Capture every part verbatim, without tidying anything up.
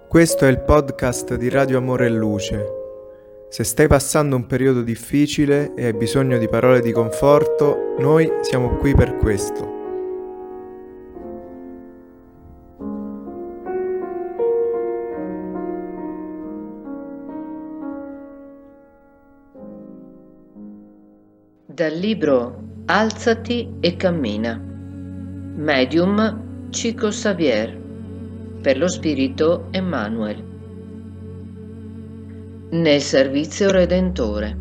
Questo è il podcast di Radio Amore e Luce. Se stai passando un periodo difficile e hai bisogno di parole di conforto, noi siamo qui per questo. Dal libro Alzati e cammina. Medium Chico Xavier. Per lo spirito Emmanuel. Nel servizio redentore.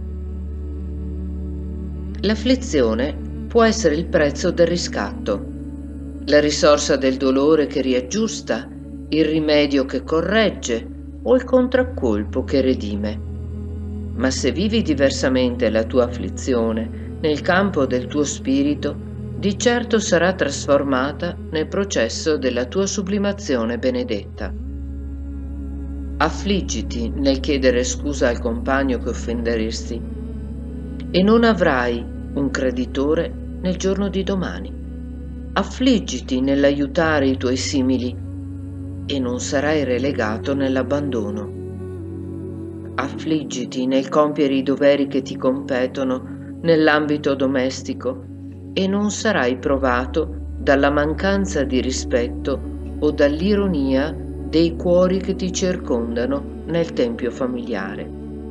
L'afflizione può essere il prezzo del riscatto, la risorsa del dolore che riaggiusta, il rimedio che corregge o il contraccolpo che redime. Ma se vivi diversamente la tua afflizione nel campo del tuo spirito, di certo sarà trasformata nel processo della tua sublimazione benedetta. Affliggiti nel chiedere scusa al compagno che offenderesti e non avrai un creditore nel giorno di domani. Affliggiti nell'aiutare i tuoi simili e non sarai relegato nell'abbandono. Affliggiti nel compiere i doveri che ti competono nell'ambito domestico e non sarai provato dalla mancanza di rispetto o dall'ironia dei cuori che ti circondano nel tempio familiare.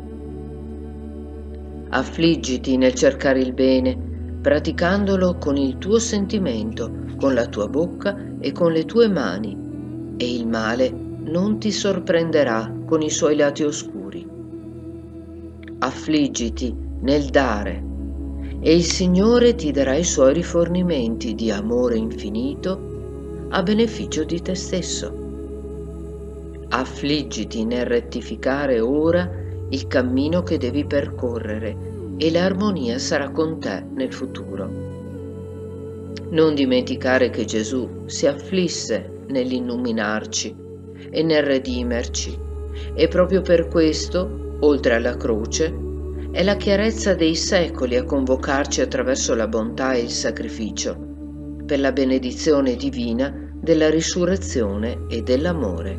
Affliggiti nel cercare il bene, praticandolo con il tuo sentimento, con la tua bocca e con le tue mani, e il male non ti sorprenderà con i suoi lati oscuri. Affliggiti nel dare, e il Signore ti darà i suoi rifornimenti di amore infinito a beneficio di te stesso. Affliggiti nel rettificare ora il cammino che devi percorrere e l'armonia sarà con te nel futuro. Non dimenticare che Gesù si afflisse nell'illuminarci e nel redimerci, e proprio per questo, oltre alla croce, è la chiarezza dei secoli a convocarci attraverso la bontà e il sacrificio per la benedizione divina della risurrezione e dell'amore.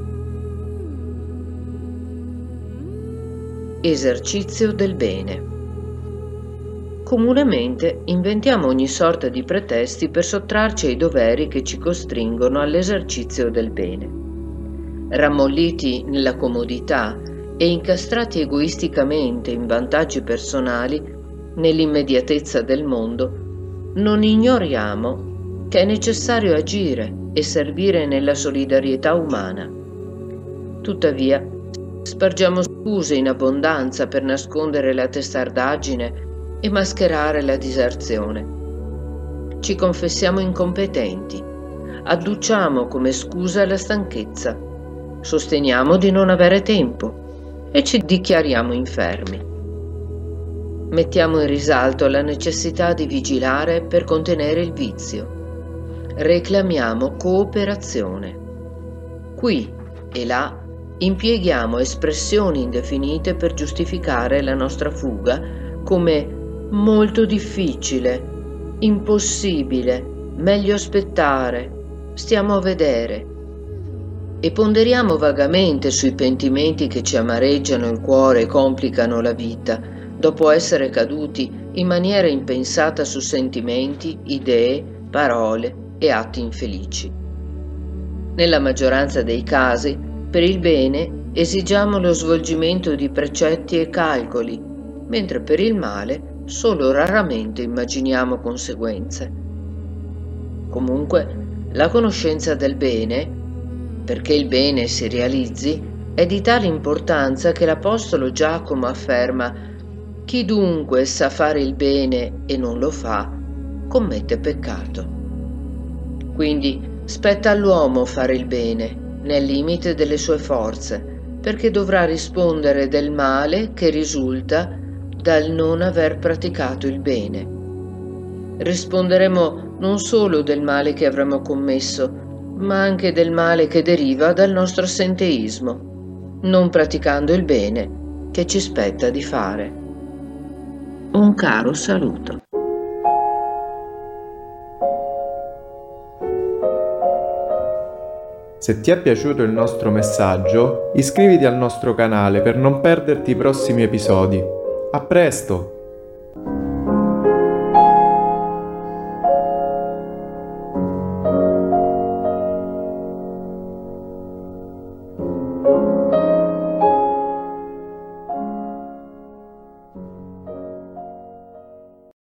Esercizio del bene. Comunemente inventiamo ogni sorta di pretesti per sottrarci ai doveri che ci costringono all'esercizio del bene. Rammolliti nella comodità e incastrati egoisticamente in vantaggi personali nell'immediatezza del mondo, non ignoriamo che è necessario agire e servire nella solidarietà umana. Tuttavia, spargiamo scuse in abbondanza per nascondere la testardaggine e mascherare la diserzione. Ci confessiamo incompetenti, adduciamo come scusa la stanchezza, sosteniamo di non avere tempo e ci dichiariamo infermi. Mettiamo in risalto la necessità di vigilare per contenere il vizio. Reclamiamo cooperazione. Qui e là impieghiamo espressioni indefinite per giustificare la nostra fuga come molto difficile, impossibile, meglio aspettare, stiamo a vedere. E ponderiamo vagamente sui pentimenti che ci amareggiano il cuore e complicano la vita, dopo essere caduti in maniera impensata su sentimenti, idee, parole e atti infelici. Nella maggioranza dei casi, per il bene esigiamo lo svolgimento di precetti e calcoli, mentre per il male solo raramente immaginiamo conseguenze. Comunque, la conoscenza del bene, perché il bene si realizzi, è di tale importanza che l'Apostolo Giacomo afferma: chi dunque sa fare il bene e non lo fa, commette peccato. Quindi spetta all'uomo fare il bene, nel limite delle sue forze, perché dovrà rispondere del male che risulta dal non aver praticato il bene. Risponderemo non solo del male che avremo commesso, ma anche del male che deriva dal nostro assenteismo, non praticando il bene che ci spetta di fare. Un caro saluto. Se ti è piaciuto il nostro messaggio, iscriviti al nostro canale per non perderti i prossimi episodi. A presto!